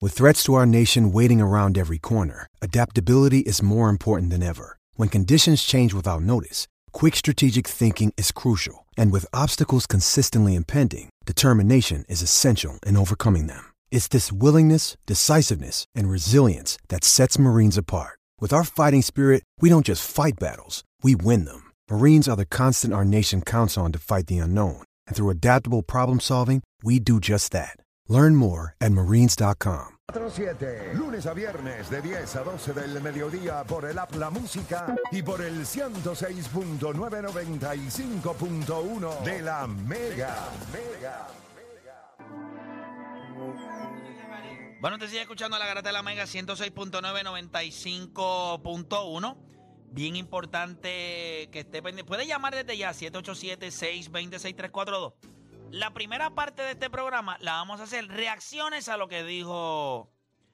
With threats to our nation waiting around every corner, adaptability is more important than ever. When conditions change without notice, quick strategic thinking is crucial. And with obstacles consistently impending, determination is essential in overcoming them. It's this willingness, decisiveness, and resilience that sets Marines apart. With our fighting spirit, we don't just fight battles, we win them. Marines are the constant our nation counts on to fight the unknown. And through adaptable problem solving, we do just that. Learn more at marines.com. 7, lunes a viernes de 10 a 12 del mediodía por el app La Música y por el 106.995.1 de la Mega. Bueno, te sigue escuchando la Garata de la Mega 106.995.1. Bien importante que esté pendiente. Puede llamar desde ya 787-620-6342. La primera parte de este programa la vamos a hacer reacciones a lo que dijo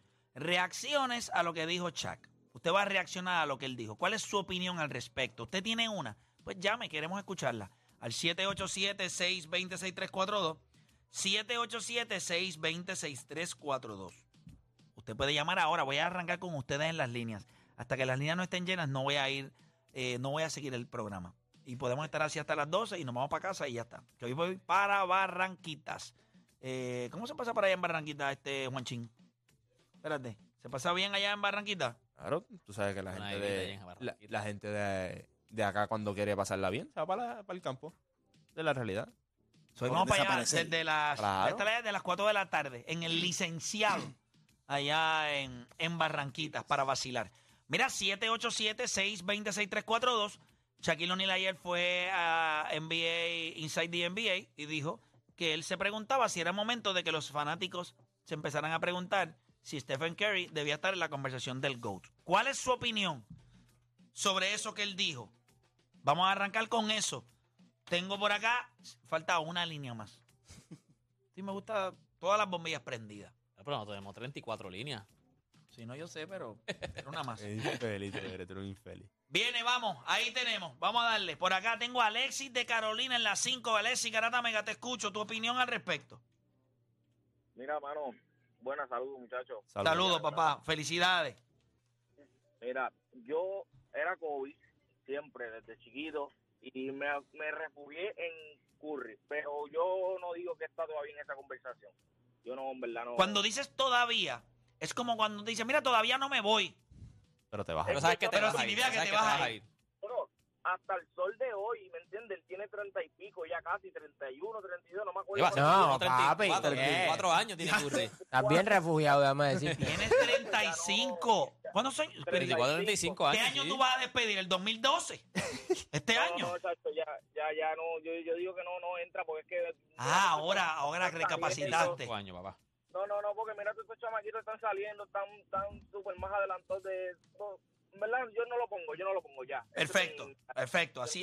Chuck. Usted va a reaccionar a lo que él dijo. ¿Cuál es su opinión al respecto? ¿Usted tiene una? Pues llame, queremos escucharla. Al 787-620-6342. 787-620-6342. Usted puede llamar ahora. Voy a arrancar con ustedes en las líneas. Hasta que las líneas no estén llenas, no voy a seguir el programa. Y podemos estar así hasta las 12 y nos vamos para casa y ya está. Que hoy voy para Barranquitas. ¿Cómo se pasa para allá en Barranquitas, Juanchín? Espérate, ¿se pasa bien allá en Barranquitas? Claro, tú sabes que la gente de acá cuando quiere pasarla bien se va para el campo de la realidad. Vamos para allá desde las 4 de la tarde en el Licenciado, allá en Barranquitas para vacilar. Mira, 787-620-6342. Shaquille O'Neal ayer fue a NBA, Inside the NBA, y dijo que él se preguntaba si era momento de que los fanáticos se empezaran a preguntar si Stephen Curry debía estar en la conversación del GOAT. ¿Cuál es su opinión sobre eso que él dijo? Vamos a arrancar con eso. Tengo por acá, falta una línea más. Sí, me gusta todas las bombillas prendidas. Pero no tenemos 34 líneas. Sí, no, yo sé, pero una más. Eres un infeliz. Viene, vamos, ahí tenemos. Vamos a darle. Por acá tengo a Alexis de Carolina en la 5. Alexis, Garata Mega, te escucho. ¿Tu opinión al respecto? Mira, mano, buenas, saludos, muchachos. Saludos, papá. Felicidades. Mira, yo era Kobe siempre, desde chiquito, y me refugié en Curry, pero yo no digo que está todavía en esa conversación. Yo no, en verdad no. Cuando dices todavía, es como cuando dices, mira, todavía no me voy. Pero te vas Pero sabes que te vas sin a ir. idea que te vas a ir. Bueno, hasta el sol de hoy, ¿me entiendes? Él tiene 30 y pico, ya casi 31, 32, no me acuerdo. No, papi, 34 años tiene Curry. Estás bien refugiado, déjame decir. Tienes 35. ¿Cuántos son? 34, 35 años. ¿Qué año sí. tú vas a despedir? ¿El 2012? ¿Este año? No, exacto, ya no, yo digo que no entra porque es que... ahora recapacitaste. 5 años, papá. No, porque mira, estos chamaquitos están saliendo, están súper más adelantados de... En verdad, yo no lo pongo ya. Perfecto. Así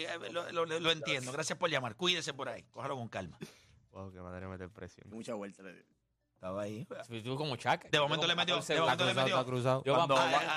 lo entiendo. Gracias por llamar. Cuídese por ahí. Cójalo con calma. Wow, qué madre meter presión. Mucha vuelta le dio. Estaba ahí. Tú como Chuck. De momento le metió. Está cruzado. Cuando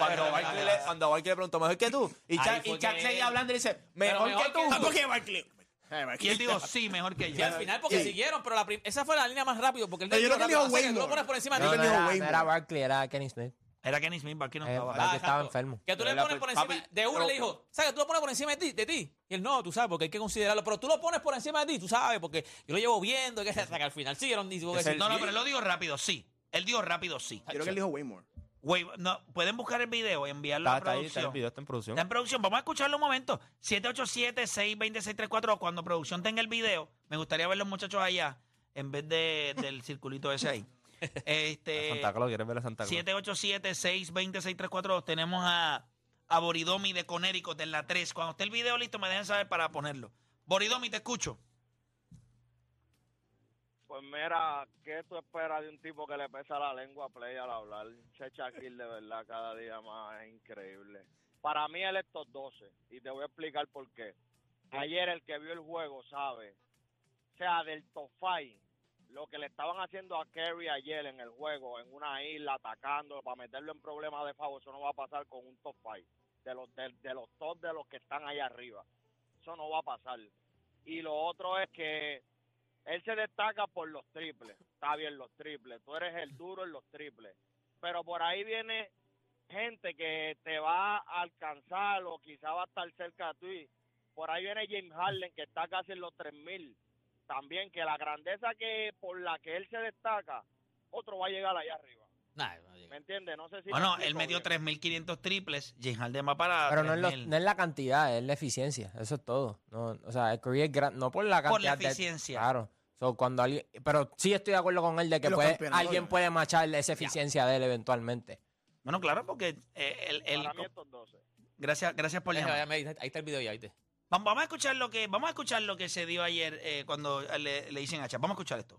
Barkley le preguntó, ¿mejor que tú? Y Chuck seguía hablando y dice, mejor que tú. ¿Por qué Barkley? Y él dijo, sí, mejor que yo. Y al final porque siguieron, pero esa fue la línea más rápido. Porque él Yo creo que dijo tú Waymore. lo pones por encima de Yo ti. creo que dijo No Waymore. era Barkley, era Kenny Smith. Era Kenny Smith, Barkley no estaba. Barkley estaba Exacto. enfermo. Que tú le pones por encima de uno, le dijo, ¿sabes? Tú lo pones por encima de ti. Y él, no, tú sabes, porque hay que considerarlo. Pero tú lo pones por encima de ti, tú sabes, porque yo lo llevo viendo. Hasta que al final siguieron. No, pero él lo dijo rápido, sí. Él dijo rápido, sí. Yo creo que él dijo Waymore. No, pueden buscar el video y enviarlo a producción. El video está en producción. Está en producción. Vamos a escucharlo un momento. 787-620-6342. Cuando producción tenga el video, me gustaría ver los muchachos allá en vez del circulito ese ahí. Santa Claus, ¿quieres ver a Santa Claus? 787-620-6342. Tenemos a Boridomi de Conérico, de la 3. Cuando esté el video listo, me dejen saber para ponerlo. Boridomi, te escucho. Pues mira, ¿qué tú esperas de un tipo que le pesa la lengua a Play al hablar? Che Shaquille, de verdad, cada día más es increíble. Para mí él es top 12, y te voy a explicar por qué. Ayer el que vio el juego sabe, o sea, del top 5, lo que le estaban haciendo a Curry ayer en el juego, en una isla, atacando, para meterlo en problemas de favor, eso no va a pasar con un top 5, de los top de los que están ahí arriba. Eso no va a pasar. Y lo otro es que él se destaca por los triples. está bien los triples, tú eres el duro en los triples, pero por ahí viene gente que te va a alcanzar o quizá va a estar cerca de ti. Por ahí viene James Harden, que está casi en los 3,000. También que la grandeza que por la que él se destaca, otro va a llegar allá arriba. Nah, no llega. ¿Me entiendes? No sé si Bueno, me él metió explico bien. 3.500 triples. James Harden va para Pero no es, 3.000. no es la cantidad, es la eficiencia. Eso es todo. No, o sea, el Curry es no por la cantidad. Por la eficiencia. Claro. So, cuando alguien, pero sí estoy de acuerdo con él de que Y los puede, campeonatos, alguien ya. puede machar esa eficiencia de él eventualmente. Bueno, claro, porque Para mí estos 12. gracias por llamar. Ahí está el video ya, ¿viste? Vamos a escuchar lo que se dio ayer cuando le dicen a Chap. Vamos a escuchar esto.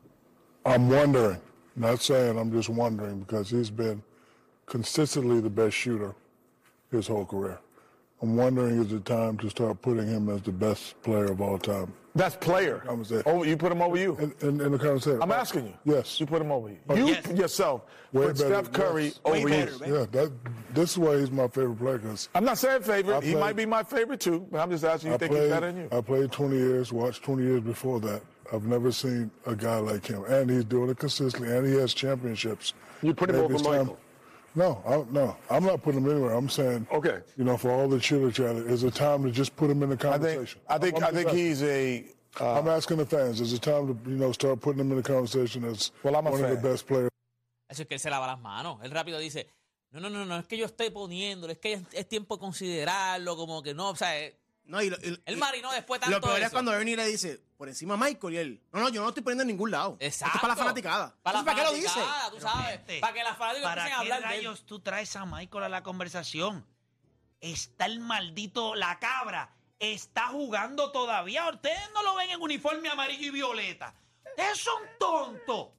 I'm wondering, not saying, I'm just wondering, because he's been consistently the best shooter his whole career. I'm wondering, is it time to start putting him as the best player of all time? Best player. Conversation. Oh, you put him over you. In the conversation. I'm asking you. Yes. You put him over you. You Yes. yourself Way put better, Steph Curry yes. over Way you. better, man. Yeah, this is why he's my favorite player, because I'm not saying favorite. I He played- might be my favorite too, but I'm just asking you think he's better than you. I played 20 years, watched 20 years before that. I've never seen a guy like him, and he's doing it consistently, and he has championships. You put him Maybe over it's time- Michael. No, I'm not putting him anywhere. I'm saying, Okay. you know, for all the chitter chatter, is it time to just put him in the I conversation? think I'm just asking. he's a. I'm asking the fans, is it time to, start putting him in the conversation as Well, I'm a one of the fan. best players? Eso es que él se lava las manos. Él rápido dice, no, es que yo estoy poniéndolo, es que es tiempo de considerarlo, como que no, o sea, No, él marinó después tanto Lo peor es eso. cuando Ernie le dice, por encima Michael, y él, no, yo no lo estoy poniendo en ningún lado. Exacto. Esto es para la fanaticada. Para la Entonces, ¿para qué lo dice? fanaticada, tú sabes. Gente, Para que las fanáticas ¿para empiecen a qué hablar de él. rayos tú traes a Michael a la conversación? Está el maldito, la cabra, está jugando todavía. Ustedes no lo ven en uniforme amarillo y violeta. Ustedes son tontos.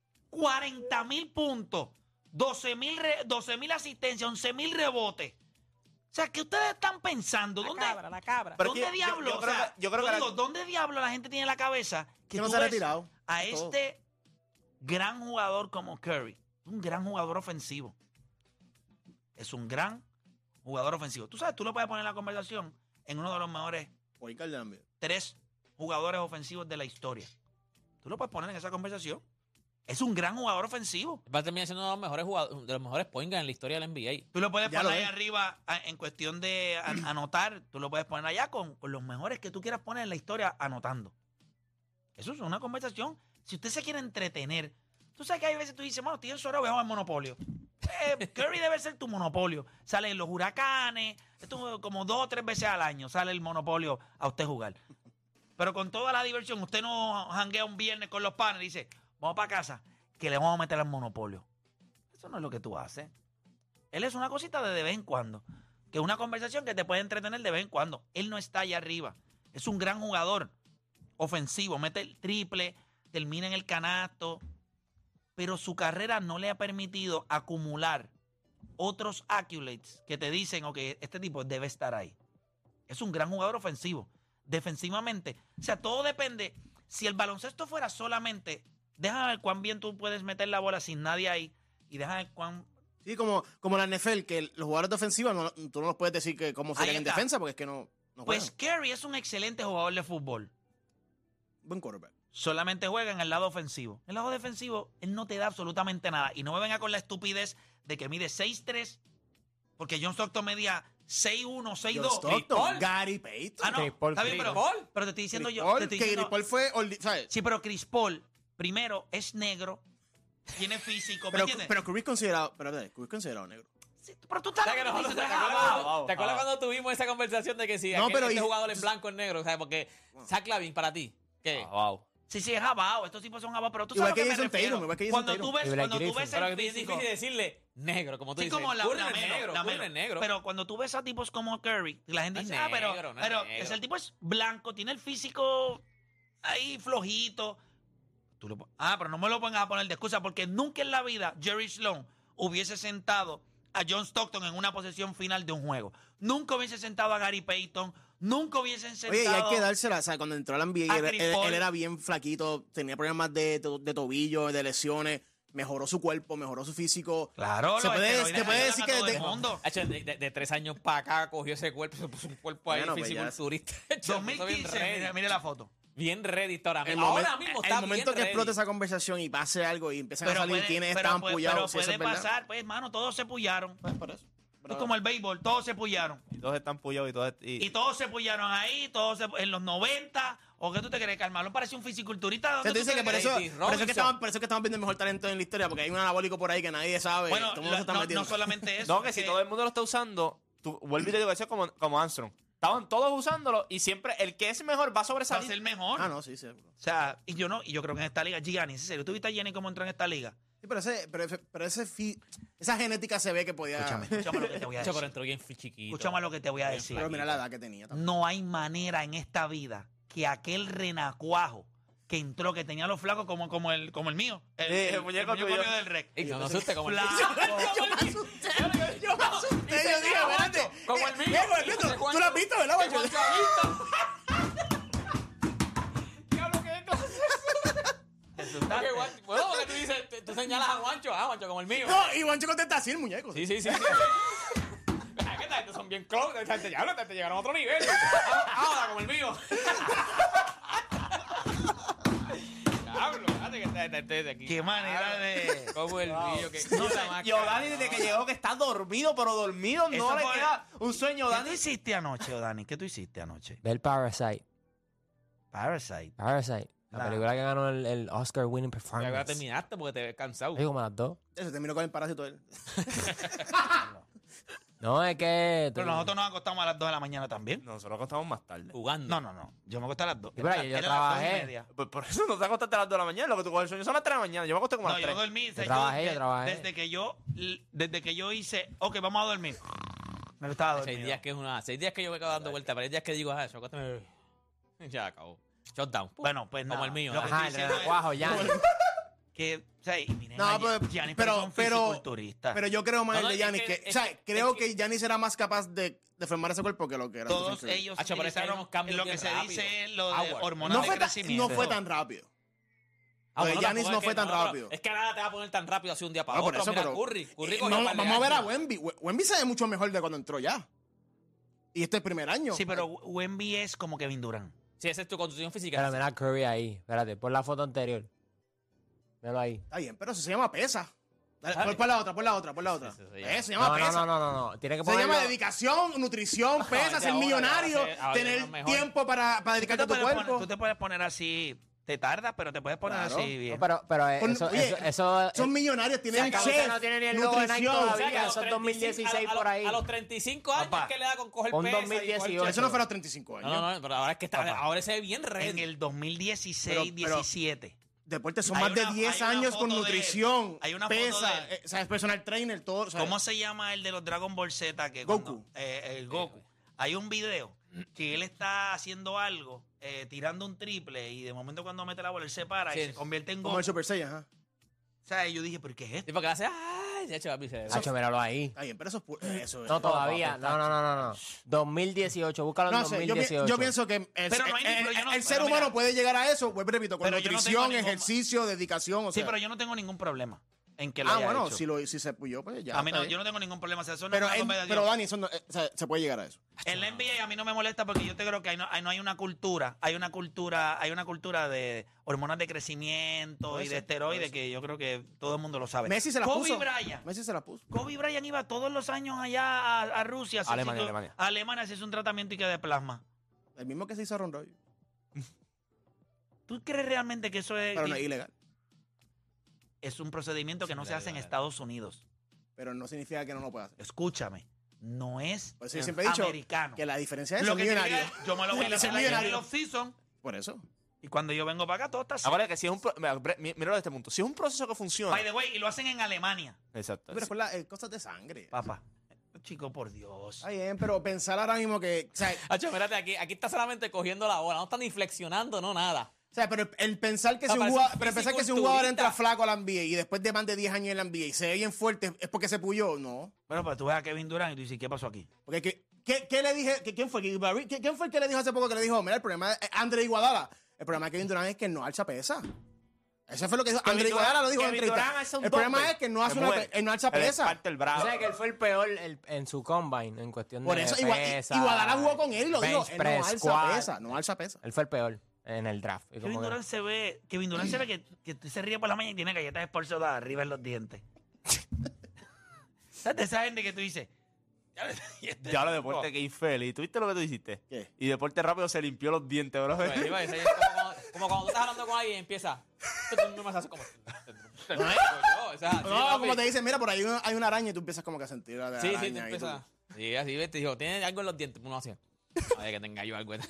40,000 puntos, 12,000 asistencias, 11,000 rebotes. O sea, ¿qué ustedes están pensando? ¿Dónde, La cabra. Pero ¿dónde yo- diablo? yo O creo sea, que- yo creo yo que la- digo, ¿dónde diablo la gente tiene en la cabeza que no tú se ha ves retirado, a todo. este gran jugador como Curry? Un gran jugador ofensivo. Es un gran jugador ofensivo. Tú sabes, tú lo puedes poner en la conversación en uno de los mejores Point guard de la NBA. 3 jugadores ofensivos de la historia. Tú lo puedes poner en esa conversación. Es un gran jugador ofensivo. Va a terminar siendo uno de los mejores jugadores, de los mejores point guards en la historia del NBA. Tú lo puedes Ya poner lo ahí es. arriba en cuestión de anotar. Tú lo puedes poner allá con los mejores que tú quieras poner en la historia anotando. Eso es una conversación. Si usted se quiere entretener, tú sabes que hay veces tú dices, bueno, estoy en Sora, voy a jugar Monopolio. Curry debe ser tu Monopolio. Salen los huracanes, esto como 2 o 3 veces al año sale el Monopolio a usted jugar. Pero con toda la diversión, usted no janguea un viernes con los panes y dice, vamos para casa, que le vamos a meter al Monopolio. Eso no es lo que tú haces. Él es una cosita de vez en cuando. Que es una conversación que te puede entretener de vez en cuando. Él no está allá arriba. Es un gran jugador ofensivo. Mete el triple, termina en el canasto. Pero su carrera no le ha permitido acumular otros accolades que te dicen, ok, este tipo debe estar ahí. Es un gran jugador ofensivo. Defensivamente. O sea, todo depende. Si el baloncesto fuera solamente, déjame ver cuán bien tú puedes meter la bola sin nadie ahí. Y déjame ver cuán... Sí, como la NFL, que los jugadores de ofensiva, tú no los puedes decir que cómo serían Ahí en está. defensa, porque es que no Pues juegan. Curry es un excelente jugador de fútbol. Buen quarterback. Solamente juega en el lado ofensivo. En el lado defensivo, él no te da absolutamente nada. Y no me venga con la estupidez de que mide 6'3", porque John Stockton medía 6'1", 6'2". Stockton, Gary Payton. Ah, no, Chris Paul, está bien, Chris pero, Paul. pero te estoy diciendo Chris yo. Paul, Te estoy que diciendo- Chris Paul fue, ¿sabes? Sí, pero Chris Paul, primero, es negro, tiene físico, ¿me entiendes? Pero Curry es considerado, Curry es considerado negro. Sí, pero tú estás... O sea, que nosotros- ¿Te acuerdas cuando tuvimos esa conversación de que si No, pero este y- jugador en blanco es negro? O sea, porque Zach Lavin para ti, ¿qué? Wow. Sí, es jabao, estos tipos son jabao, pero tú Igual sabes a que qué me Jason refiero. Tatum, igual que Jason Cuando tú Tatum. ves, Y Blake cuando tú ves Pero el es físico... difícil decirle negro, como tú Sí, dices. como la Curry no es Melo, negro, la Curry no Melo. es negro. Pero cuando tú ves a tipos como Curry, la gente No es dice, pero negro, no es negro. el tipo es blanco, tiene el físico ahí flojito. Pero no me lo pongas a poner de excusa, porque nunca en la vida Jerry Sloan hubiese sentado a John Stockton en una posesión final de un juego. Nunca hubiese sentado a Gary Payton, nunca hubiesen sentado... Oye, y hay que dársela, o sea, cuando entró a la NBA, a él, Chris él- Paul. él era bien flaquito, tenía problemas de tobillo, de lesiones, mejoró su cuerpo, mejoró su físico. Claro, Se los puede- esteroides te puede ayudan decir a que todo el de- mundo. Hacho, de 3 años para acá cogió ese cuerpo, se puso un cuerpo ahí Bueno, pues ya. fisiculturista. Hacho, se puso bien 2015, ready. mire la foto. Bien ready está ahora El mismo. momento, Ahora mismo el está momento bien que ready. explote esa conversación y pase algo y empiezan a salir quienes están pero pullados. puede pasar, pues, hermano, todos se pullaron. Pues por eso. Es como el béisbol, todos se pullaron. Y todos están pullados y todos... Y todos se pullaron ahí, en los 90. ¿O qué tú te crees? Que Carmelo parece un fisiculturista. O sea, tú dices que por eso que Robinson. estamos viendo el mejor talento en la historia, porque hay un anabólico por ahí que nadie sabe. Bueno, todo el mundo se está no metiendo. solamente eso. No, que si todo el mundo lo está usando, tú vuelve y te digo, eso es como Armstrong. Estaban todos usándolo y siempre el que es mejor va a va a sobresalir. ser mejor. Ah, no, sí, sí. O sea, y yo creo que en esta liga, Gianni, en serio, ¿tú viste a Gianni cómo entró en esta liga? Sí, pero esa genética se ve que podía... Escúchame lo que te voy a Chacho, pero decir. entró bien chiquito. Escúchame lo que te voy a decir. Pero mira la edad que tenía también. No hay manera en esta vida que aquel renacuajo que entró, que tenía los flacos como el mío. El muñeco mío tuyo. del rec. Ey, no me asuste como el Flaco. Yo me asusté. Yo dije, espérate. Como el mío. Tú lo has visto, ¿verdad, Que Juancho? Juancho ha visto. Diablo, ¿qué cosa? ¿Te asustaste? Ok, Juancho, bueno, porque tú dices, tú señalas a Juancho, Juancho como el mío. No, y Juancho contesta así, el muñeco. Sí. ¿Qué tal? Estos son bien close. Te llegaron a otro nivel. Ahora, como el mío. Diablo, fíjate que está aquí. Qué manera de... Como el mío. Que No sé, Dani desde que llegó que está dormido, pero dormido Eso no le fue- queda un sueño, ¿Qué tú Dani. hiciste anoche, Dani? ¿Qué tú hiciste anoche? Ver Parasite. Parasite. La- La película que ganó el Oscar winning Ya performance. terminaste porque te ves cansado. Digo, como a las 2. Se terminó con el parásito él. No, es que... Pero nosotros nos acostamos a las 2 de la mañana también. Nosotros acostamos más tarde. Jugando. No. Yo me acosté a las 2. Sí, pero yo trabajé. Pues por eso no te acostaste a las 2 de la mañana. Lo que tú coges el sueño son las 3 de la mañana. Yo me acosté como a No, las yo 3. dormí. o sea, Yo trabajé. Desde que yo hice, ok, vamos a dormir. Me estaba 6 dormido. días 6 días que yo me quedo dando vueltas, pero hay días que digo, eso, acuéstame. Ya acabó. Shutdown. Bueno, pues Como nada. el mío. Lo que Ajá, estoy el diciendo es renacuajo, ya. que, o sea, y miren, No, Giannis pero- parece un pero- fisiculturista. Pero yo creo más No, el de es Giannis. que- O sea, es creo que- que Giannis será más capaz de formar ese cuerpo que lo que era. Todos Stephen Curry. ellos Hacho, pero es que hay utilizaron unos cambios lo que bien se rápidos. dice lo de Howard. hormonas no de fue, crecimiento. no fue tan rápido. Bueno, Giannis tampoco no es que fue tan pero rápido. Es que nada te va a poner tan rápido así un día para No, por otro. eso, Mira, pero- Curry cogió vamos un par de a ver a años. Wemby. Wemby se ve mucho mejor de cuando entró ya. Y este es el primer año. Sí, pero Wemby es como Kevin Durant. Sí, esa es tu constitución física. Pero mira a Curry ahí. Espérate, pon la foto anterior. Míralo ahí. Está bien, pero eso se llama pesa. Dale, ¿Sabes? pon la otra, pon la otra, pon la otra. Sí, se llama. Se llama pesa. No. Tiene que Se ponerlo... llama dedicación, nutrición, pesa, de ser ahora, millonario, ahora tener es mejor. tiempo para dedicarte a tu cuerpo. Tú te puedes poner así, te tardas, pero te puedes poner Claro. así bien. No, pero eso... Oye, eso Son millonarios, tienen acabó, chef, no tiene ni el logo de Nike nutrición. todavía. O sea, que a los Son 2016 35 por ahí. A los 35 años Papá, es que le da con coger un pesa. 2018. Eso no fue a los 35 años. No, pero ahora es que está, Papá. ahora se ve bien en ready. el 2016-17. Deportes son Hay más de una- 10 hay una años con foto de él. nutrición, Hay una foto pesa, de él. o sea, es personal trainer, todo. O sea, ¿Cómo se llama el de los Dragon Ball Z? Que Goku. El Goku. Hay un video que él está haciendo algo, tirando un triple, y de momento cuando mete la bola, él se para Sí. y se convierte en como Goku. el Super Saiyan, ajá. O sea, yo dije, ¿pero qué es esto? Sí, porque hace, ay, ya chaval, se ve. Hacho, míralo ahí. Está bien, pero eso es eso. No, todavía. No. 2018. Búscalo en No sé, 2018. yo pienso que Pero no hay ni- pero yo no- el ser pero mira. humano puede llegar a eso, vuelvo y repito, con Pero yo no nutrición, tengo ningún- ejercicio, dedicación, o Sí, sea. pero yo no tengo ningún problema en que lo haya bueno, hecho. si se puyó, pues ya. A mí está no, bien. yo no tengo ningún problema. O sea, eso no Pero, es una conversación. pero Dani, eso no, o sea, se puede llegar a eso. En la NBA a mí no me molesta porque yo te creo que ahí no hay una cultura, hay una cultura de hormonas de crecimiento Puede y de ser, esteroides puede ser. que yo creo que todo el mundo lo sabe. Messi se la Kobe puso. Bryant. Messi se la puso. Kobe Bryant iba todos los años allá a Rusia. a Alemania, hacerse- Alemania. a Alemania, hacerse un tratamiento y que de plasma. El mismo que se hizo Ron Roy, ¿Tú crees realmente que eso es, pero no es ilegal. es un procedimiento que no se hace en Estados Unidos? Pero no significa que no lo pueda hacer. Escúchame, no es Por eso yo siempre he dicho americano. que la diferencia es Lo ser que tiene millonario. que- yo me lo voy a Ser hacer en millonario. el off-season Por eso. y cuando yo vengo para acá todo está así. Ahora que si es un... Míralo de este punto. Si es un proceso que funciona... By the way, y lo hacen en Alemania. Exacto. Pero es cosas de sangre. Papá, chico, por Dios. Está bien, pero pensar ahora mismo que... O sea, Hacho, espérate, aquí está solamente cogiendo la bola, no está ni flexionando, no nada. pero el pensar que O sea, si un parece jugador, un pero pensar que si un fisiculturista. jugador entra flaco a la NBA y después de más de 10 años en la NBA y se ve bien fuerte, es porque se puyó, no. Bueno, pues tú ves a Kevin Durant y tú dices, ¿qué pasó aquí? Porque ¿qué le dije? ¿Quién fue? ¿Quién fue el que le dijo hace poco que le dijo, mira, el problema es Andre Iguodala? El problema de Kevin Durant es que no alza pesa. Eso fue lo que dijo. Kevin Andre Iguodala lo dijo en Kevin entrevista. Durant hace un El problema dumbbell. es que no hace Se una, muere. él no alza Se le pesa. parte el brazo. O sea, que él fue el peor en su combine en cuestión Por de eso pesa, Iguodala jugó con él y lo dijo. bench Él press, no alza squat. pesa, no alza pesa. Él fue el peor. en el draft. Y Kevin como que- Durant se ve que se ríe por la mañana y tiene galletas de Sport Soda arriba en los dientes. ¿Sabes de esa gente que tú dices? Ya lo deporte, que infeliz. ¿Tú viste lo que tú hiciste? ¿Qué? Y deporte rápido se limpió los dientes, bro. Pues, iba a decir, como cuando tú estás hablando con alguien y empieza. No me haces como. No, como te dicen, mira, por ahí hay una araña y tú empiezas como que a sentir la Sí, araña. sí, te y tú- empieza. Sí, así ves, te dijo, tiene algo en los dientes. Uno así. Ay, que tenga yo algo.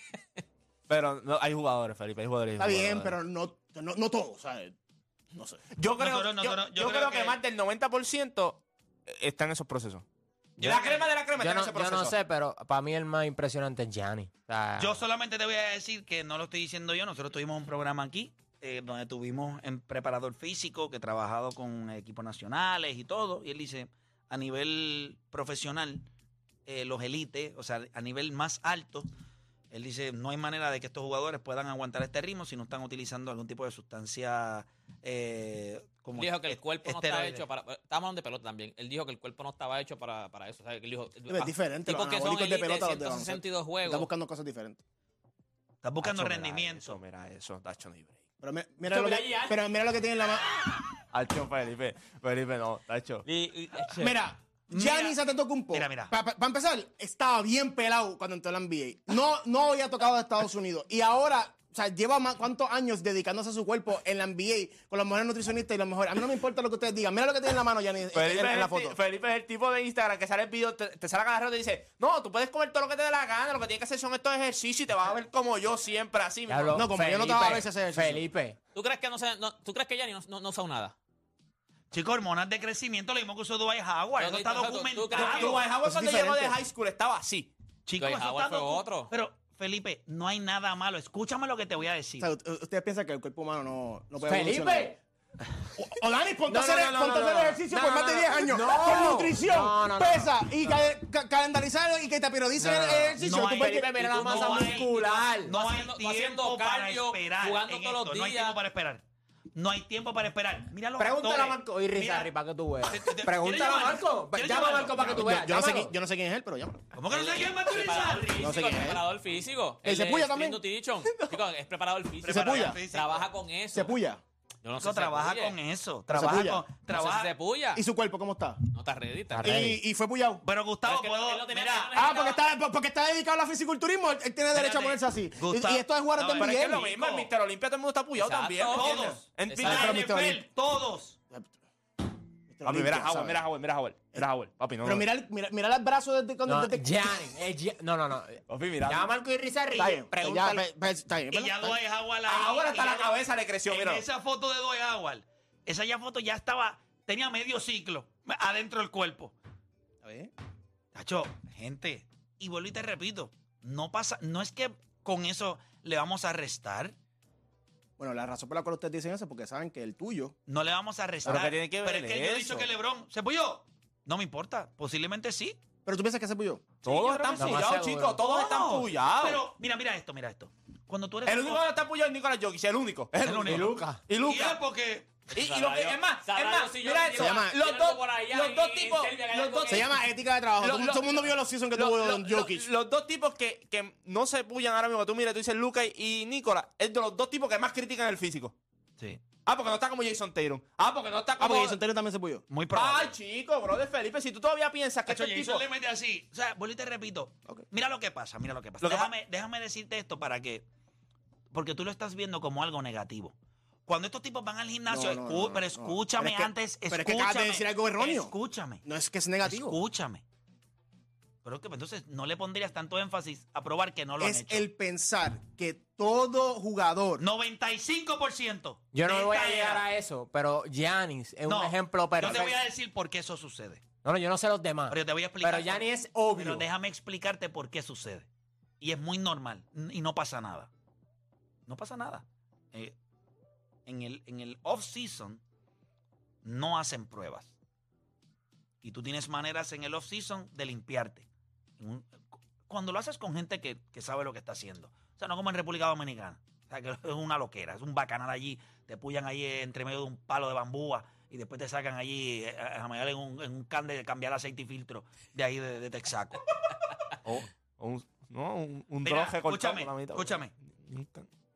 Pero no, hay jugadores, Felipe, hay jugadores. Está bien, pero no todo, ¿sabes? No sé. Yo creo, Nosotros- yo creo que más del 90% está en esos procesos. La crema de la crema está en ese Yo proceso. no sé, pero para mí el más impresionante es Giannis. O sea, Yo solamente te voy a decir que no lo estoy diciendo yo. Nosotros tuvimos un programa aquí donde tuvimos un preparador físico que ha trabajado con equipos nacionales y todo. Y él dice, a nivel profesional, los élites, o sea, a nivel más alto, él dice, no hay manera de que estos jugadores puedan aguantar este ritmo si no están utilizando algún tipo de sustancia como Dijo que el cuerpo no está esteroide. hecho para. Estamos hablando de pelota también. Él dijo que el cuerpo no estaba hecho para eso. O sea, que él dijo, Es diferente, los tipos que son anabólicos de elite, pelota, los de 162 Estás juegos. buscando cosas diferentes. Estás buscando Acho, rendimiento. Mira eso, Tacho ni break. Pero mira lo que tiene en la mano. Acho, Felipe, no, Tacho. Mira, Giannis Antetokounmpo. Mira. Para empezar, estaba bien pelado cuando entró a la NBA. No había tocado a Estados Unidos. Y ahora, o sea, lleva cuántos años dedicándose a su cuerpo en la NBA con los mejores nutricionistas y los mejores. A mí no me importa lo que ustedes digan. Mira lo que tiene en la mano Giannis en la foto. Felipe es el tipo de Instagram que sale el video, te sale a cada rato y dice, no, tú puedes comer todo lo que te dé la gana, lo que tienes que hacer son estos ejercicios y te vas a ver como yo siempre, así. Diablo, No, como yo no te voy a ver ese ejercicio. Felipe. ¿Tú crees que ¿tú crees que Giannis no usa nada? Chicos, hormonas de crecimiento, lo mismo que usó Dwight Howard. Pero Eso está tú- tú- documentado. tú- tú- Dwight Howard Es cuando llegó de diferente. high school estaba así. Chicos, Dwight eso Howard está fue otro. Pero, Felipe, no hay nada malo. Escúchame lo que te voy a decir. O sea, ustedes piensan que el cuerpo humano no puede evolucionar. Felipe. O Dani, ponte a No, hacer no, ponte a hacer no. ejercicio No, por más no, de no. 10 años. No. Con nutrición, No. pesa y calendarizar y que te periodicen No, no, el no. ejercicio. No Tú hay- puedes- Felipe, mira la no masa hay- muscular. No hay haciendo tiempo para cardio, esperar. jugando en todos los esto. No hay días. tiempo para esperar. No hay tiempo para esperar. Mira los Pregúntale a actores. Marco y Rizarri Mira, para que tú veas. ¿quieres Pregúntale a llamarlo? Marco. ¿Quieres Llama a llamarlo? Marco para que tú veas. Yo no sé quién es él, pero llama. ¿Cómo que no sé quién es Marco Preparador Rizarri? físico, No sé quién es. preparador físico. ¿El Él Cepuya es también? Street Nutrition. Chicos, es preparador físico. Cepuya? Trabaja con eso. Se puya. Yo no sé Chico, si trabaja Cepuya. con eso. se Trabaja puya. con. No sé si Trabaja. Cepuya. ¿Y su cuerpo cómo está? No está ready. Está Está ready. ready. Y fue puyado. Pero Gustavo, Es que puedo. él no tenía- Mira, él no- Porque está dedicado al fisiculturismo. Él tiene derecho a ponerse así. Gustavo, Y esto es jugadores de no, Pero es que es lo NBA. mismo, el Mr. Olympia todo el mundo está apoyado Exacto. también. Todos. todos. En Exacto. La Pero Mr. NFL, Olympia. todos. Papi, mira Howard. Papi, no. Pero mira el brazo desde cuando... No, desde- Giannis. No. Papi, mira. Llama a Marco y Rizarri. Está bien. Pregúntale. Está bien. Y ya Dwight Howard ahí. Ahora hasta y la ya- cabeza le creció, En mira. esa foto de Dwight Howard, foto ya estaba, tenía medio ciclo adentro del cuerpo. A ver. Tacho, gente, y vuelvo y te repito, no es que con eso le vamos a restar, Bueno, la razón por la cual ustedes dicen eso es porque saben que el tuyo... no le vamos a restar. Pero ¿qué tiene que ver Pero es que yo he eso? dicho que LeBron se puyó. No me importa, posiblemente sí. Pero tú piensas que se puyó. Todos yo están creo que sí. puyados, Lo más chicos. Todos están Todos. puyados. Pero mira esto. Cuando tú eres El único que no está puyado es Nicolás Jokic, el único. Es el El único. único. Lucas. Y Y es Lucas. porque Y lo que es más, si yo mira digo, eso. Se llama- Los dos tipos, Se llama ética de trabajo. Lo- Todo el mundo vio los seasons que tuvo Don Jokic. Los dos tipos que no se puyan ahora mismo, tú miras, tú dices Lucas y Nicolás, es de los dos tipos que más critican el físico. sí, Ah, porque no está como Jason Tatum. Ah, porque no está como... Porque Jason Taylor también se puyó. muy probable. Ay, chico, brother Felipe, si tú todavía piensas que Tacho, este Jason tipo... le mete así. O sea, vuelvo y te repito. Ok. Mira lo que pasa. Lo que Déjame decirte esto para que... Porque tú lo estás viendo como algo negativo. Cuando estos tipos van al gimnasio, pero escúchame Pero es que- antes, pero es que acabas de decir algo erróneo. Escúchame. No es que es negativo. Escúchame. Pero que entonces no le pondrías tanto énfasis a probar que no lo han Es hecho. el pensar que todo jugador... 95%. Yo no de voy a esta llegar era. a eso, pero Giannis es No, un ejemplo Yo perfecto. te voy a decir por qué eso sucede. No, yo no sé los demás. Pero yo te voy a explicar. Pero Giannis es obvio. Pero déjame explicarte por qué sucede. Y es muy normal. Y no pasa nada. No pasa nada. En el off-season no hacen pruebas. Y tú tienes maneras en el off-season de limpiarte. Cuando lo haces con gente que sabe lo que está haciendo. O sea, no como en República Dominicana. O sea, que es una loquera. Es un bacanal allí. Te puyan allí entre medio de un palo de bambúa y después te sacan allí a mear en un can de cambiar aceite y filtro de ahí de Texaco. Un Mira, droge cortado por la mitad. escúchame.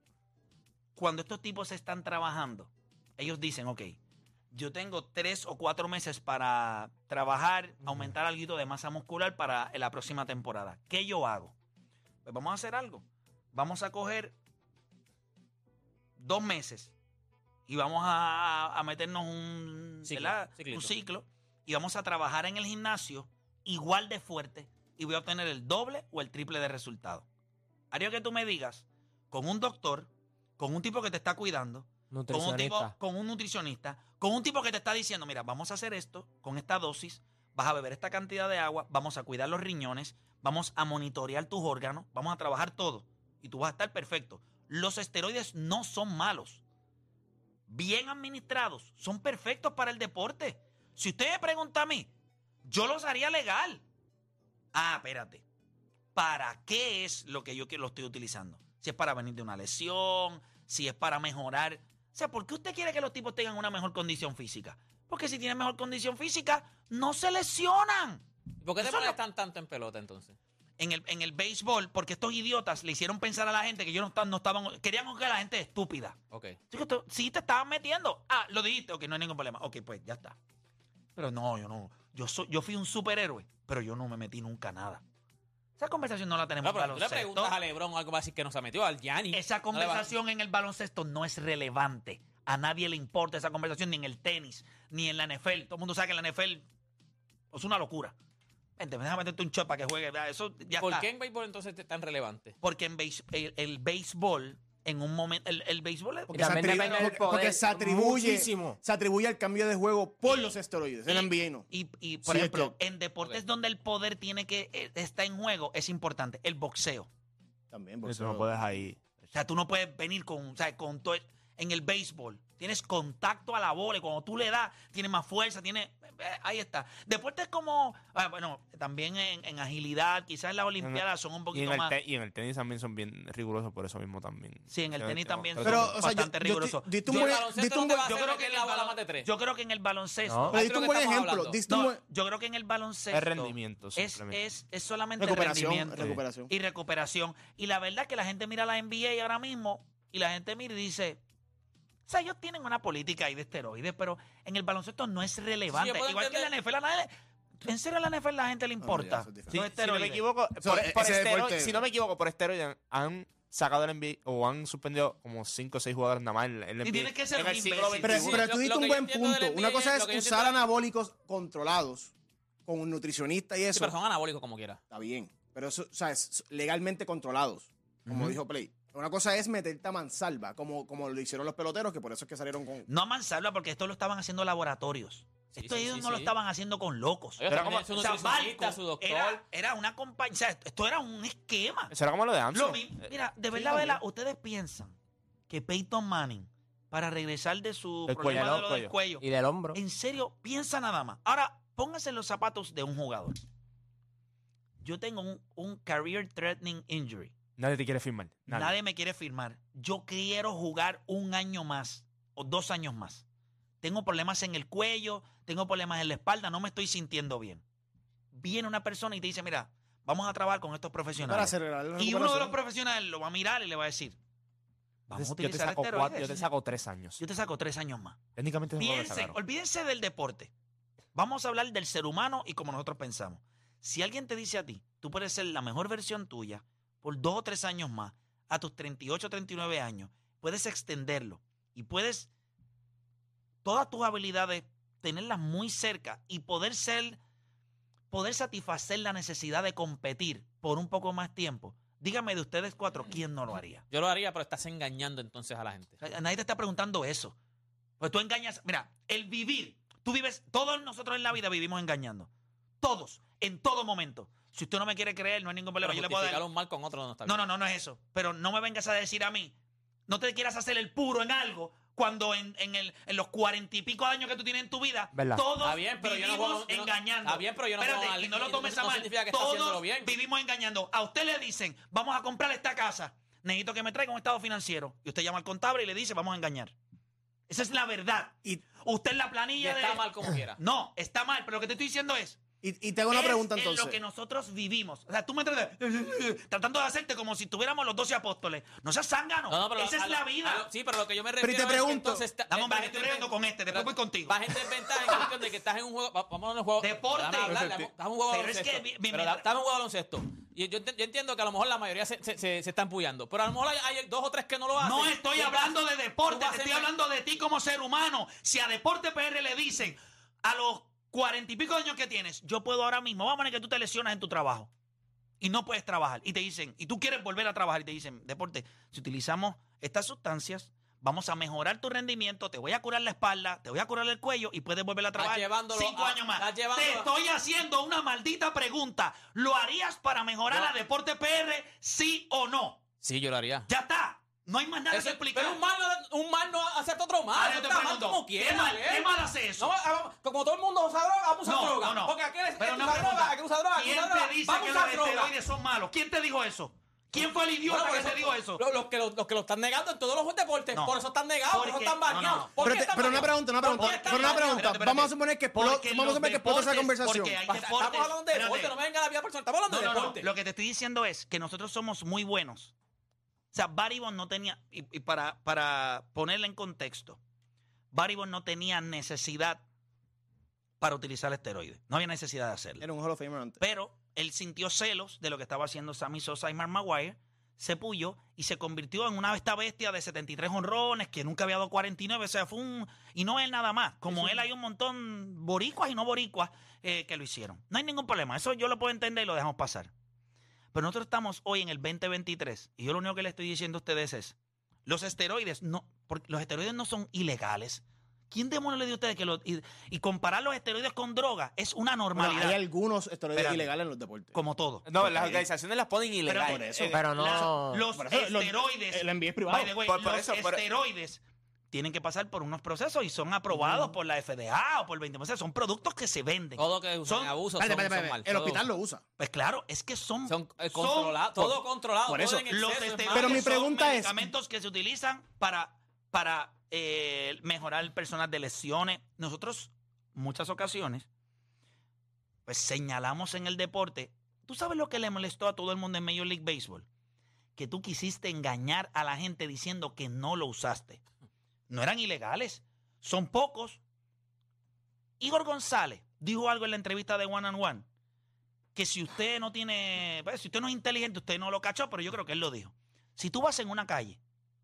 cuando estos tipos están trabajando, ellos dicen, ok, yo tengo 3 o 4 meses para trabajar, aumentar algo de masa muscular para la próxima temporada. ¿Qué yo hago? Pues vamos a hacer algo. Vamos a coger 2 meses y vamos a meternos un ciclo y vamos a trabajar en el gimnasio igual de fuerte y voy a obtener el doble o el triple de resultados. Haría que tú me digas, con un doctor, con un tipo que te está cuidando, con un nutricionista, con un tipo que te está diciendo, mira, vamos a hacer esto con esta dosis, vas a beber esta cantidad de agua, vamos a cuidar los riñones, vamos a monitorear tus órganos, vamos a trabajar todo y tú vas a estar perfecto. Los esteroides no son malos. Bien administrados, son perfectos para el deporte. Si usted me pregunta a mí, yo los haría legal. Ah, espérate. ¿Para qué es lo que yo lo estoy utilizando? Si es para venir de una lesión, si es para mejorar. O sea, ¿por qué usted quiere que los tipos tengan una mejor condición física? Porque si tienen mejor condición física, no se lesionan. ¿Por qué te molestan tanto en pelota entonces? En el béisbol, porque estos idiotas le hicieron pensar a la gente que ellos no estaban, querían juzgar a la gente estúpida. Ok. Sí te estaban metiendo. Ah, lo dijiste, ok, no hay ningún problema. Ok, pues ya está. Pero no, yo no. Yo fui un superhéroe, pero yo no me metí nunca nada. Esa conversación no la tenemos en el baloncesto. Tú le preguntas a LeBron algo para decir que no se metió, al Gianni. Esa conversación en el baloncesto no es relevante. A nadie le importa esa conversación, ni en el tenis, ni en la NFL. Todo el mundo sabe que la NFL es una locura. Vente, déjame meterte un shot para que juegue. Eso ya ¿Por está. qué en béisbol entonces es tan relevante? Porque en el béisbol, en un momento, el béisbol es... Porque se atribuye al cambio de juego por los esteroides. En NBA no. Y por ejemplo, en deportes donde el poder está en juego, es importante. El boxeo. También boxeo. Eso no puedes ahí. O sea, tú no puedes venir con todo. En el béisbol, tienes contacto a la bola y cuando tú le das, tienes más fuerza, ahí está. Deportes como, bueno, también en agilidad, quizás en las Olimpiadas son un poquito más. Y en el tenis también son bien rigurosos por eso mismo también. Sí, en el tenis también son bastante rigurosos. Yo creo que en el baloncesto. No. Pero diste un buen ejemplo. Yo creo que en el baloncesto. Es rendimiento. Es solamente rendimiento. Y recuperación. Y la verdad es que la gente mira la NBA ahora mismo y la gente mira y dice. O sea, ellos tienen una política ahí de esteroides, pero en el baloncesto no es relevante. Sí, igual que en la NFL, ¿en serio a la NFL la gente le importa? Si no me equivoco, si no me equivoco, por esteroides han sacado el NBA o han suspendido como 5 o 6 jugadores nada más en el NBA. Y tiene que ser en el siglo XXI. Pero tú diste un buen punto. Una cosa es usar anabólicos controlados con un nutricionista y eso. Sí, pero son anabólicos como quiera. Está bien. Pero eso, o sea, es legalmente controlados, como dijo Play. Una cosa es meterte a mansalva, como lo hicieron los peloteros, que por eso es que salieron con... No a mansalva, porque esto lo estaban haciendo laboratorios. Ellos no lo estaban haciendo con locos. Era como su nutricionista, su doctor. Era una compañía, o sea, esto era un esquema. Eso era como lo de Armstrong. Mira, de verdad, ustedes piensan que Peyton Manning, para regresar de su problema del cuello y del hombro, en serio, piensa nada más. Ahora, pónganse en los zapatos de un jugador. Yo tengo un career threatening injury. Nadie te quiere firmar. Nadie me quiere firmar. Yo quiero jugar 1 año más o 2 años más. Tengo problemas en el cuello, tengo problemas en la espalda, no me estoy sintiendo bien. Viene una persona y te dice, mira, vamos a trabajar con estos profesionales. Y uno de los profesionales lo va a mirar y le va a decir, vamos a utilizar esteroides. Yo te saco 3 años. Yo te saco 3 años más. Técnicamente olvídense del deporte. Vamos a hablar del ser humano y como nosotros pensamos. Si alguien te dice a ti, tú puedes ser la mejor versión tuya por 2 o 3 años más, a tus 38 o 39 años, puedes extenderlo y puedes todas tus habilidades tenerlas muy cerca y poder satisfacer la necesidad de competir por un poco más tiempo. Dígame de ustedes 4, ¿quién no lo haría? Yo lo haría, pero estás engañando entonces a la gente. Nadie te está preguntando eso. Pues tú engañas. Mira, el vivir. Tú vives, todos nosotros en la vida vivimos engañando. Todos, en todo momento. Si usted no me quiere creer, no hay ningún problema. Pero yo le puedo dar un mal con otro no está bien. No es eso. Pero no me vengas a decir a mí, no te quieras hacer el puro en algo cuando en los 40 y pico años que tú tienes en tu vida, todos vivimos engañando. Está bien, pero yo no Espérate, y no lo tomes a mal. Todos vivimos engañando. A usted le dicen, vamos a comprar esta casa, necesito que me traiga un estado financiero. Y usted llama al contable y le dice, vamos a engañar. Esa es la verdad. Y usted en la planilla está mal como quiera. No, está mal, pero lo que te estoy diciendo es, Y te hago una pregunta Es entonces. lo que nosotros vivimos. O sea, tú me entiendes, tratando de hacerte como si tuviéramos los 12 apóstoles. No seas zángano. pero Esa es la vida. sí, pero lo que yo me Pero refiero te pregunto, es que entonces... Dame, hombre, que estoy riendo con este, después voy contigo. Vas en desventaja en cuestión de que estás en un juego... Vamos a un juego... Deporte. Dame hablar, dame un juego de Pero es baloncesto. que Dame un juego de baloncesto. Y yo entiendo que a lo mejor la mayoría se están pullando. Pero a lo mejor hay 2 o 3 que no lo hacen. No estoy Tú hablando vas- de deporte, tú vas te estoy en- hablando de ti como ser humano. Si a Deporte PR le dicen a los 40 y pico de años que tienes, yo puedo ahora mismo, vamos a poner que tú te lesionas en tu trabajo y no puedes trabajar. Y te dicen, y tú quieres volver a trabajar y te dicen, Deporte, si utilizamos estas sustancias, vamos a mejorar tu rendimiento, te voy a curar la espalda, te voy a curar el cuello y puedes volver a trabajar llevándolo 5 años más. estás llevándolo Te estoy haciendo una maldita pregunta. ¿Lo harías para mejorar a Deporte PR, sí o no? Sí, yo lo haría. Ya está. No hay más nada que explicar. Pero un mal no acepta otro mal. Ahora yo te Está mal pregunto, como ¿qué quiera, mal- ¿eh? qué mal hace eso? No, como todo el mundo usa droga, vamos a usar No, droga. no, no. Porque aquel es Pero que una usa pregunta. droga, que usa droga, ¿Quién usa droga. te dice Vamos que a los usar droga. esteroides son malos? ¿Quién te dijo eso? ¿Quién fue el idiota Bueno, que te dijo eso? Los que lo están negando en todos los deportes. No. Por eso están negados, por eso Porque- están no, no, baneados. no. ¿Por qué Pero, están pero una baneados? pregunta, ¿Por qué están pero una baneados? pregunta. Espérate, Vamos a suponer que Porque vamos a suponer que explota esa deportes- conversación. porque hay Estamos deportes- hablando de deporte, espérate. no me venga la vida personal. Estamos hablando de No, no, no. deporte. Lo que te estoy diciendo es que nosotros somos muy buenos. O sea, Barry Bonds no tenía, y para ponerle en contexto, Barry Bonds no tenía necesidad para utilizar esteroides. No había necesidad de hacerlo. Era un Hall of Famer antes. Pero él sintió celos de lo que estaba haciendo Sammy Sosa y Mark Maguire, se puyó y se convirtió en esta bestia de 73 honrones que nunca había dado 49. O sea, fue un... Y no él nada más. Como él hay un montón boricuas y no boricuas que lo hicieron. No hay ningún problema. Eso yo lo puedo entender y lo dejamos pasar. Pero nosotros estamos hoy en el 2023 y yo lo único que le estoy diciendo a ustedes es, los esteroides no, porque los esteroides no son ilegales. ¿Quién demonios le dio a ustedes que y comparar los esteroides con droga es una normalidad? Hay algunos esteroides Espérate. ilegales en los deportes. Como todo. No, las organizaciones las ponen ilegales. por eso. Pero no... Los Por eso, esteroides, el NBA es privado. by the way, Por los eso, esteroides tienen que pasar por unos procesos y son aprobados por la FDA o por el 20%. Son productos que se venden. Todo que usan Son- abuso Espérate, son mal. el Todo- hospital lo usa. Pues claro, es que son controlado, todo controlado. por todo eso, en exceso, los es malo. esteroides Pero mi pregunta son es- medicamentos que se utilizan para mejorar personas de lesiones. Nosotros, muchas ocasiones, pues señalamos en el deporte. ¿Tú sabes lo que le molestó a todo el mundo en Major League Baseball? Que tú quisiste engañar a la gente diciendo que no lo usaste. No eran ilegales. Son pocos. Igor González dijo algo en la entrevista de One and One. Que si usted no tiene... Pues, si usted no es inteligente, usted no lo cachó, pero yo creo que él lo dijo. Si tú vas en una calle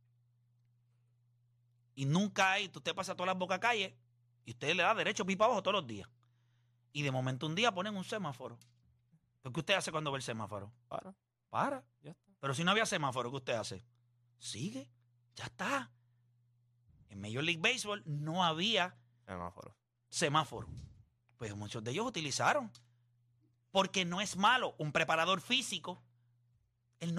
y nunca hay... Usted pasa todas las bocas calles y usted le da derecho pipa abajo todos los días. Y de momento un día ponen un semáforo. ¿Pero qué usted hace cuando ve el semáforo? Para. Ya está. Pero si no había semáforo, ¿qué usted hace? Sigue. Ya está. En Major League Baseball no había semáforo. Pues muchos de ellos utilizaron. Porque no es malo un preparador físico. El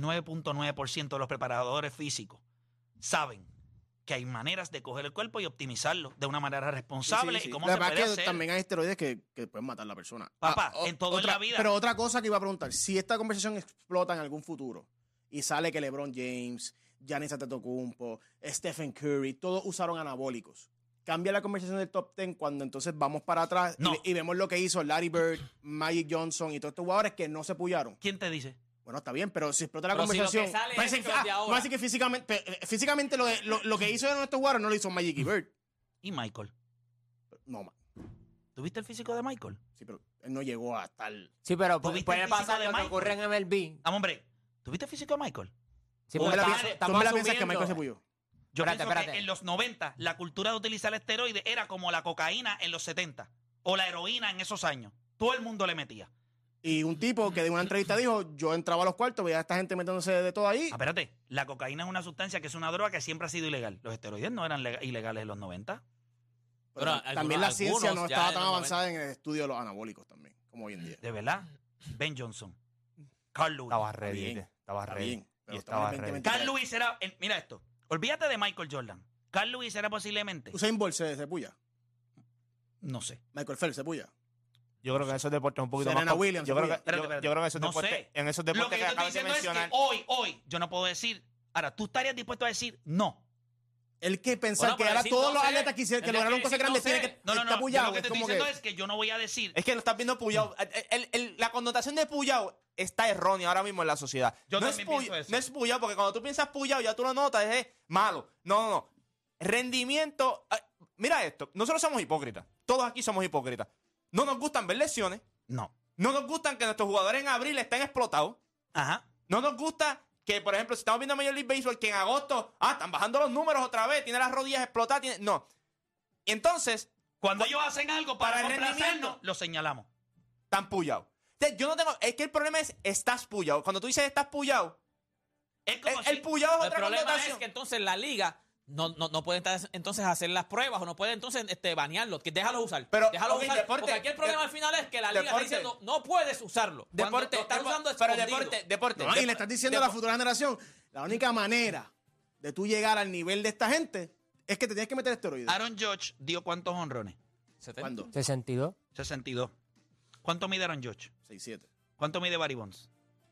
99.9% de los preparadores físicos saben que hay maneras de coger el cuerpo y optimizarlo de una manera responsable. Sí, sí. Y cómo La se verdad puede es que hacer. también hay esteroides que pueden matar a la persona. Papá, en todo en la vida. Pero otra cosa que iba a preguntar, si esta conversación explota en algún futuro y sale que LeBron James, Giannis Antetokounmpo, Stephen Curry, todos usaron anabólicos, ¿cambia la conversación del top 10 cuando entonces vamos para atrás No. y vemos lo que hizo Larry Bird, Magic Johnson y todos estos jugadores que no se pullaron? ¿Quién te dice? Bueno, está bien, pero si explota la Pero si lo que conversación... sale parece es que, los de ahora. vamos a decir que físicamente lo que hizo de nuestros jugadores no lo hizo Magic y Bird. ¿Y Michael? No, ¿Tuviste el físico de Michael? sí, pero él no llegó a tal... Sí, pero ¿Tuviste puede el físico pasar de lo que Michael? ocurre en MLB. Vamos, hombre. ¿Tuviste el físico de Michael? Sí, ¿Tú porque me la estamos piensas que asumiendo- Michael se pulló? Yo Espérate, pienso espérate. que en los 90 la cultura de utilizar el esteroide era como la cocaína en los 70 o la heroína en esos años. Todo el mundo le metía. Y un tipo que de una entrevista dijo, yo entraba a los cuartos, veía a esta gente metiéndose de todo ahí. Espérate, la cocaína es una sustancia que es una droga que siempre ha sido ilegal. Los esteroides no eran ilegales en los 90. Pero Pero también la algunos ciencia no ya estaba en tan los avanzada en el estudio de los anabólicos también, como hoy en día. De verdad. Ben Johnson. Carl Lewis. Estaba ready. bien, Estaba está ready. bien, pero Y estamos estaba en ready. 2023. Carl Lewis era... mira esto. Olvídate de Michael Jordan. Carl Lewis era posiblemente... Usain Bolt se puya. No sé. Michael Phelps se puya. Yo creo que en esos deportes es un poquito Serena más... Williams, yo creo que, espérate, yo- espérate. yo creo que esos No deportes, sé. en esos Lo deportes que que yo estoy acabas de diciendo es mencionar... que hoy, yo no puedo decir... Ahora, tú estarías dispuesto a decir no. Él que pensar que ahora todos los atletas que lograron cosas grandes tienen que estar pullado. Lo que te estoy diciendo es que yo no voy a decir. Es que lo estás viendo pullado. La connotación de pullado está errónea ahora mismo en la sociedad. Yo también pienso eso. No es pullado, porque cuando tú piensas pullado, ya tú lo notas, es malo. No. Rendimiento. Mira esto. Nosotros somos hipócritas. Todos aquí somos hipócritas. No nos gustan ver lesiones. No. No nos gustan que nuestros jugadores en abril estén explotados. Ajá. No nos gusta que, por ejemplo, si estamos viendo Major League Baseball, que en agosto, están bajando los números otra vez, tiene las rodillas explotadas. No. Y entonces, cuando ellos hacen algo para el rendimiento, lo señalamos. Están pullados. O sea, yo no tengo. Es que el problema es, estás pullado. Cuando tú dices estás pullado, el pullado es otra connotación. El problema es que entonces la liga no puede entonces hacer las pruebas o no puede entonces banearlo, que déjalo usar. Pero, déjalo okay, usar. Deporte, porque aquí el problema al final es que la liga está diciendo no puedes usarlo. Deporte, estás usando deporte. No, y le estás diciendo a la futura generación, la única manera de tú llegar al nivel de esta gente es que te tienes que meter esteroides. Aaron Judge dio ¿cuántos honrones? ¿Cuándo? 62. 62. ¿Cuánto mide Aaron Judge? 6'7". ¿Cuánto mide Barry Bonds?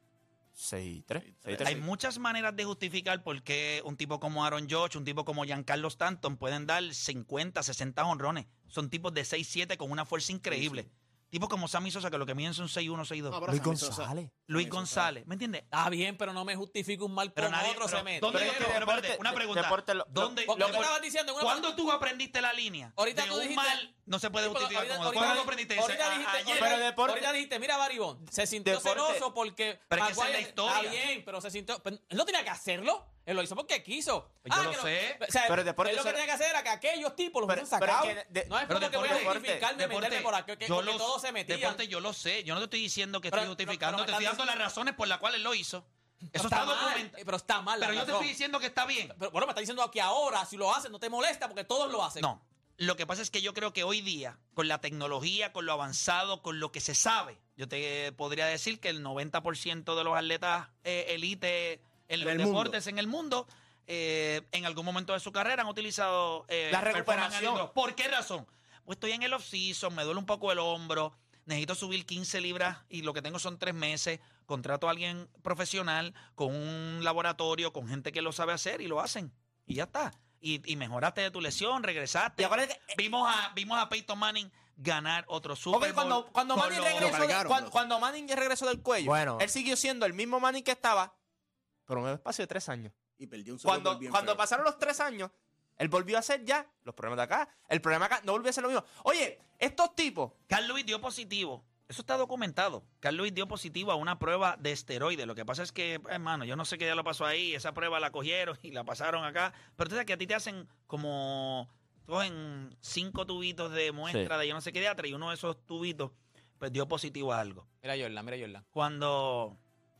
6'3". Hay muchas maneras de justificar por qué un tipo como Aaron Judge, un tipo como Giancarlo Stanton pueden dar 50, 60 honrones. Son tipos de 6'7" con una fuerza increíble. Tipos como Sammy Sosa, que lo que miden son 6'1", 6'2". Luis González. Luis González, ¿me entiendes? Está bien, pero no me justifica un mal con otro se mete. Una pregunta. estabas diciendo ¿Cuándo tú aprendiste la línea? Ahorita de tú un dijiste, mal no se puede justificar como ¿cuándo lo aprendiste? Ahorita dijiste, mira Barry Bonds, se sintió celoso porque pero es que esa es la historia. Está bien, pero se sintió. Él no tenía que hacerlo. Él lo hizo porque quiso. Yo lo sé. O sea, pero Deporte, él lo que tenía que hacer era que aquellos tipos los hubieran sacado. No es como que voy a justificarme, meterme por aquí, porque todos se metían. Deporte, yo lo sé. Yo no te estoy diciendo que estoy justificando. Te estoy dando las razones por las cuales él lo hizo. Eso está documentado. Pero está mal. Pero yo te estoy diciendo que está bien. Pero bueno, me está diciendo que ahora, si lo hacen, no te molesta porque todos lo hacen. No. Lo que pasa es que yo creo que hoy día, con la tecnología, con lo avanzado, con lo que se sabe, yo te podría decir que el 90% de los atletas elite en los deportes en el mundo, en algún momento de su carrera han utilizado la recuperación. ¿Por qué razón? Pues estoy en el off-season, me duele un poco el hombro, necesito subir 15 libras y lo que tengo son 3 meses, contrato a alguien profesional con un laboratorio, con gente que lo sabe hacer y lo hacen. Y ya está. Y mejoraste de tu lesión, regresaste. Y ahora vimos a Peyton Manning ganar otro Super Bowl. Cuando Manning regresó del cuello, bueno, él siguió siendo el mismo Manning que estaba, pero en un espacio de 3 años. Y perdió un Super Bowl bien cuando feo. Pasaron los 3 años, él volvió a hacer ya los problemas de acá. El problema acá no volvió a ser lo mismo. Oye, estos tipos. Carl Lewis dio positivo. Eso está documentado. Carl Lewis dio positivo a una prueba de esteroides. Lo que pasa es que, hermano, yo no sé qué ya lo pasó ahí. Esa prueba la cogieron y la pasaron acá. Pero tú sabes que a ti te hacen como... Cogen 5 tubitos de muestra de yo no sé qué diatra y uno de esos tubitos pues dio positivo a algo. Mira Jordan. Cuando...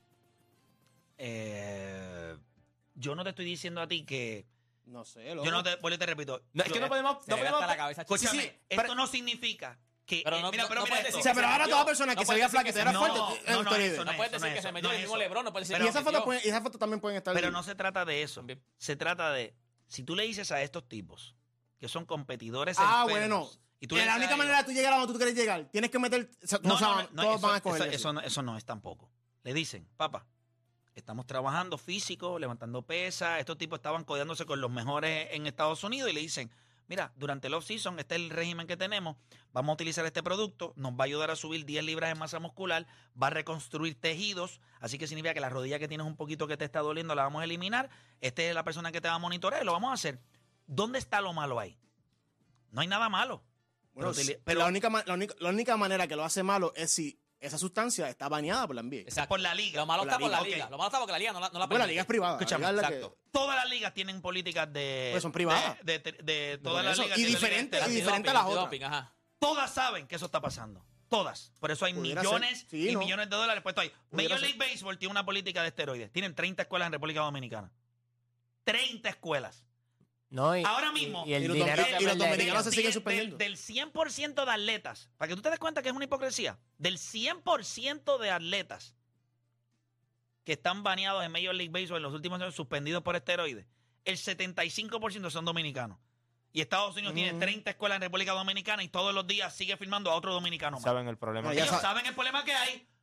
yo no te estoy diciendo a ti que... No sé, loco. Yo no te... Vuelvo y te repito. No, es que no podemos... hasta la cabeza. Escúchame, esto no significa... Pero no, mira, no esto. O sea, pero ahora toda persona que se veía flaquita era fuerte. No puedes decir que se metió el mismo LeBron, no puedes decir y esa foto también pueden estar. Pero no se trata de eso. Se trata de, si tú le dices a estos tipos que son competidores bueno. Y tú la única manera de tú llegar a donde tú quieres llegar, tienes que meter... todos van a escoger eso no es tampoco. Le dicen, papá, estamos trabajando físico, levantando pesas. Estos tipos estaban codeándose con los mejores en Estados Unidos y le dicen... Mira, durante el off-season, este es el régimen que tenemos, vamos a utilizar este producto, nos va a ayudar a subir 10 libras de masa muscular, va a reconstruir tejidos, así que significa que la rodilla que tienes un poquito que te está doliendo la vamos a eliminar, esta es la persona que te va a monitorear y lo vamos a hacer. ¿Dónde está lo malo ahí? No hay nada malo. Bueno, pero la única manera que lo hace malo es si esa sustancia está baneada por la NBA. Exacto. Por la liga. Lo malo está por la liga. Lo malo está porque la liga no la permite. La liga es privada. Escúchame, exacto. Todas las ligas tienen políticas de... Pues son privadas. De todas las ligas. Y diferente a las otras. Todas saben que eso está pasando. Todas. Por eso hay millones millones de dólares puestos ahí. Major League Baseball tiene una política de esteroides. Tienen 30 escuelas en República Dominicana. 30 escuelas. No, ahora mismo. Y los dominicanos se siguen suspendiendo. Del 100% de atletas, para que tú te des cuenta que es una hipocresía, del 100% de atletas que están baneados en Major League Baseball en los últimos años suspendidos por esteroides, el 75% son dominicanos. Y Estados Unidos tiene 30 escuelas en República Dominicana y todos los días sigue firmando a otro dominicano más. ¿Saben el problema? Ellos saben el problema que hay.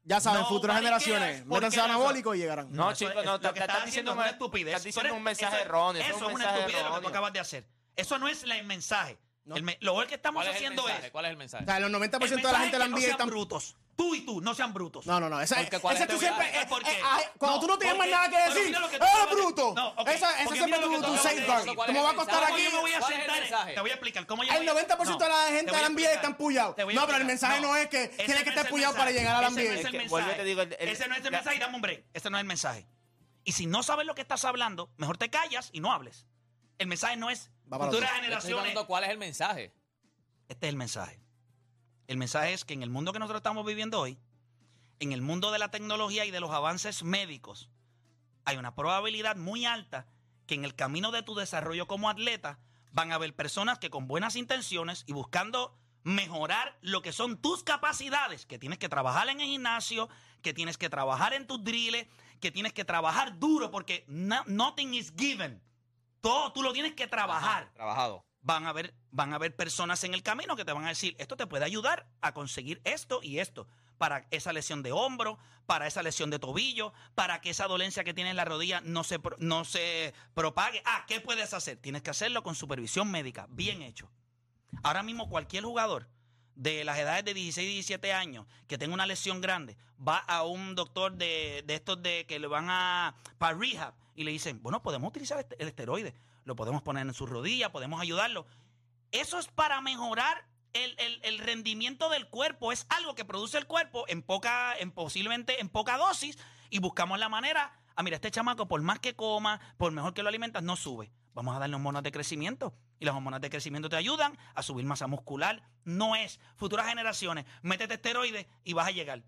Ya saben, No futuras paniqueas generaciones, porque métanse anabólicos y llegarán. No, eso chicos, no, lo que estás haciendo es una estupidez. Estás diciendo Tú un mensaje eso- erróneo. Eso es una estupidez lo que tú acabas de hacer. Eso no es el mensaje. No. Lo que estamos ¿Cuál es el haciendo mensaje? es... ¿Cuál es el mensaje? O sea, el 90% El de la gente de la mensaje es que NBA no sean están... brutos. Tú y tú, no sean brutos. No, esa Porque ¿cuál ese es tú el siempre... mensaje? ¿Por qué? cuando No, tú no tienes más porque- nada que pero decir, mira lo que ¡eh, tú acabas de- bruto! No, ok, Esa porque siempre mira lo que tu tú acabas de safeguard. decir. Tú me vas a acostar ¿Cuál aquí... es el Yo me voy a ¿Cuál es el sentar. mensaje? Te voy a explicar cómo yo El voy a- 90% de la gente te de voy la a NBA explicar. están puyados. Te voy a No, pero el explicar. mensaje no es que Ese tienes que no estar es el puyado para mensaje. llegar a la Ese no es NBA. el Que vuelvo y te mensaje. digo, Ese no es el mensaje y dame un break. Ese no es el mensaje. Y si no sabes lo que estás hablando, mejor te callas y no hables. El mensaje no es Va para futuras otro. Estoy generaciones. preguntando cuál es el mensaje. Este es el mensaje. El mensaje es que en el mundo que nosotros estamos viviendo hoy, en el mundo de la tecnología y de los avances médicos, hay una probabilidad muy alta que en el camino de tu desarrollo como atleta van a haber personas que con buenas intenciones y buscando mejorar lo que son tus capacidades, que tienes que trabajar en el gimnasio, que tienes que trabajar en tus drills, que tienes que trabajar duro porque nothing is given. Todo tú lo tienes que trabajar. Trabajado. Van a haber personas en el camino que te van a decir, esto te puede ayudar a conseguir esto y esto, para esa lesión de hombro, para esa lesión de tobillo, para que esa dolencia que tienes en la rodilla no se propague. ¿Qué puedes hacer? Tienes que hacerlo con supervisión médica, bien hecho. Ahora mismo cualquier jugador de las edades de 16 y 17 años que tenga una lesión grande va a un doctor de estos de que le van para rehab y le dicen, bueno, podemos utilizar el esteroide, lo podemos poner en su rodilla, podemos ayudarlo. Eso es para mejorar el rendimiento del cuerpo. Es algo que produce el cuerpo posiblemente en poca dosis y buscamos la manera. Mira, este chamaco, por más que coma, por mejor que lo alimentas, no sube. Vamos a darle hormonas de crecimiento. Y las hormonas de crecimiento te ayudan a subir masa muscular. No es futuras generaciones, métete esteroides y vas a llegar.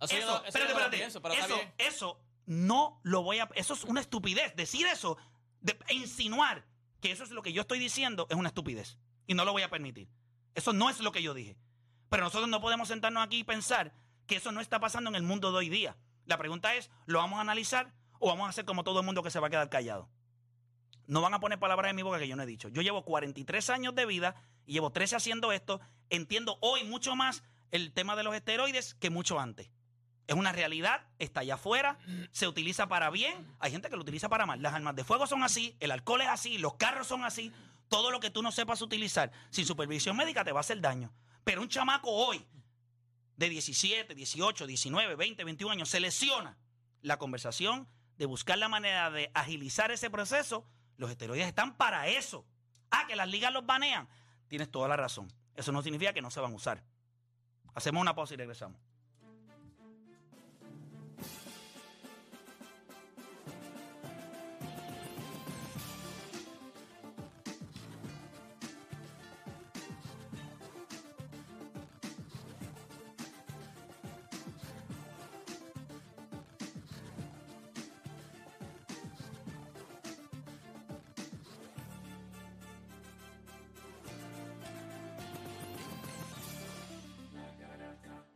Eso no lo voy a... Eso es una estupidez. Decir eso, insinuar que eso es lo que yo estoy diciendo, es una estupidez. Y no lo voy a permitir. Eso no es lo que yo dije. Pero nosotros no podemos sentarnos aquí y pensar que eso no está pasando en el mundo de hoy día. La pregunta es, ¿lo vamos a analizar o vamos a hacer como todo el mundo que se va a quedar callado? No van a poner palabras en mi boca que yo no he dicho. Yo llevo 43 años de vida y llevo 13 haciendo esto. Entiendo hoy mucho más el tema de los esteroides que mucho antes. Es una realidad, está allá afuera, se utiliza para bien, hay gente que lo utiliza para mal. Las armas de fuego son así, el alcohol es así, los carros son así. Todo lo que tú no sepas utilizar sin supervisión médica te va a hacer daño. Pero un chamaco hoy de 17, 18, 19, 20, 21 años se lesiona. La conversación de buscar la manera de agilizar ese proceso, los esteroides están para eso. Que las ligas los banean. Tienes toda la razón. Eso no significa que no se van a usar. Hacemos una pausa y regresamos.